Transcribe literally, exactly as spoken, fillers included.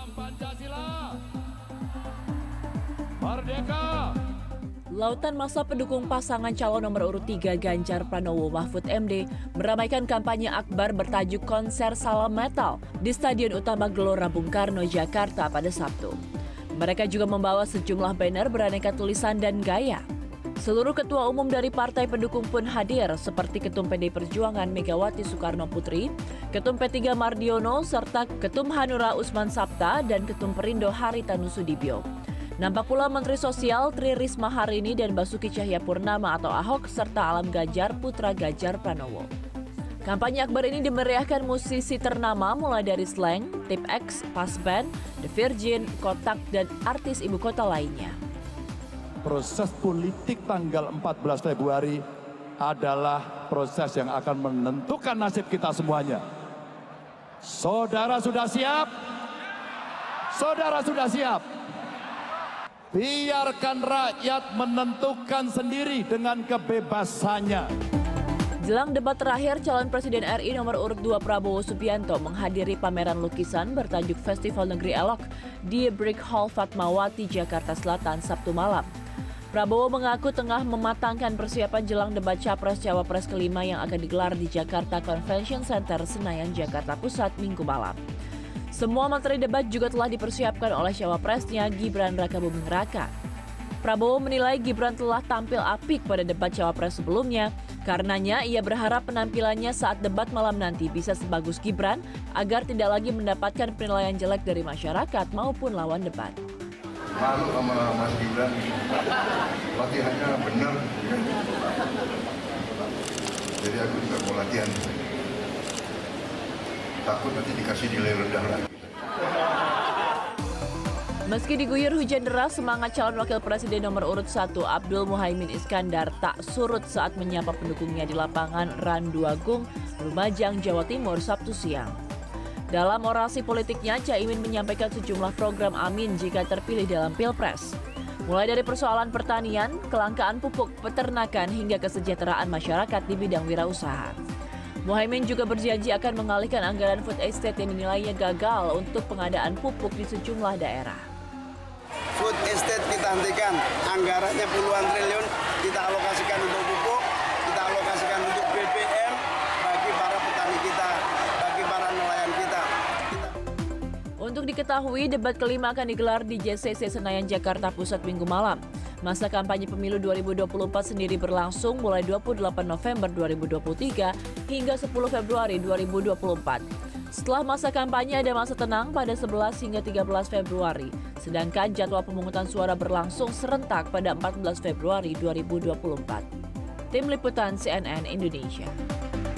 Salam Pancasila. Merdeka. Lautan massa pendukung pasangan calon nomor urut tiga Ganjar Pranowo Mahfud M D meramaikan kampanye akbar bertajuk Konser Salam Metal di Stadion Utama Gelora Bung Karno, Jakarta pada Sabtu. Mereka juga membawa sejumlah banner beraneka tulisan dan gaya. Seluruh ketua umum dari partai pendukung pun hadir seperti Ketum P D I Perjuangan Megawati Soekarno Putri, Ketum P tiga Mardiono, serta Ketum Hanura Usman Sabta dan Ketum Perindo Haritanu Sudibyo. Nampak pula Menteri Sosial Tri Risma Harini dan Basuki Cahayapurnama atau Ahok serta Alam Ganjar putra Ganjar Pranowo. Kampanye akbar ini dimeriahkan musisi ternama mulai dari Slank, Tip X, Pas Band, The Virgin, Kotak, dan artis ibu kota lainnya. Proses politik tanggal empat belas Februari adalah proses yang akan menentukan nasib kita semuanya. Saudara sudah siap? Saudara sudah siap? Biarkan rakyat menentukan sendiri dengan kebebasannya. Jelang debat terakhir, calon Presiden R I nomor urut dua Prabowo Subianto menghadiri pameran lukisan bertajuk Festival Negeri Elok di Brick Hall Fatmawati, Jakarta Selatan, Sabtu malam. Prabowo mengaku tengah mematangkan persiapan jelang debat Capres-Cawapres kelima yang akan digelar di Jakarta Convention Center, Senayan, Jakarta Pusat, Minggu malam. Semua materi debat juga telah dipersiapkan oleh cawapresnya Gibran Rakabuming Raka. Prabowo menilai Gibran telah tampil apik pada debat cawapres sebelumnya. Karenanya ia berharap penampilannya saat debat malam nanti bisa sebagus Gibran agar tidak lagi mendapatkan penilaian jelek dari masyarakat maupun lawan debat. Malu sama Mas Gibran, latihannya benar. Jadi aku juga mau latihan. Takut nanti dikasih nilai rendah lagi. Meski diguyur hujan deras, semangat calon wakil presiden nomor urut satu Abdul Muhaimin Iskandar tak surut saat menyapa pendukungnya di lapangan Randu Agung, Lumajang, Jawa Timur, Sabtu siang. Dalam orasi politiknya, Caimin menyampaikan sejumlah program amin jika terpilih dalam Pilpres. Mulai dari persoalan pertanian, kelangkaan pupuk, peternakan, hingga kesejahteraan masyarakat di bidang wirausaha. Muhaimin juga berjanji akan mengalihkan anggaran food estate yang dinilainya gagal untuk pengadaan pupuk di sejumlah daerah. Food estate kita hentikan, anggarannya puluhan triliun kita alokasikan untuk pupuk, kita alokasikan untuk B B M bagi para petani kita, bagi para nelayan kita. Untuk diketahui, debat kelima akan digelar di J C C Senayan, Jakarta Pusat Minggu malam. Masa kampanye pemilu dua ribu dua puluh empat sendiri berlangsung mulai dua puluh delapan November dua ribu dua puluh tiga hingga sepuluh Februari dua ribu dua puluh empat. Setelah masa kampanye ada masa tenang pada sebelas hingga tiga belas Februari, sedangkan jadwal pemungutan suara berlangsung serentak pada empat belas Februari dua ribu dua puluh empat. Tim Liputan C N N Indonesia.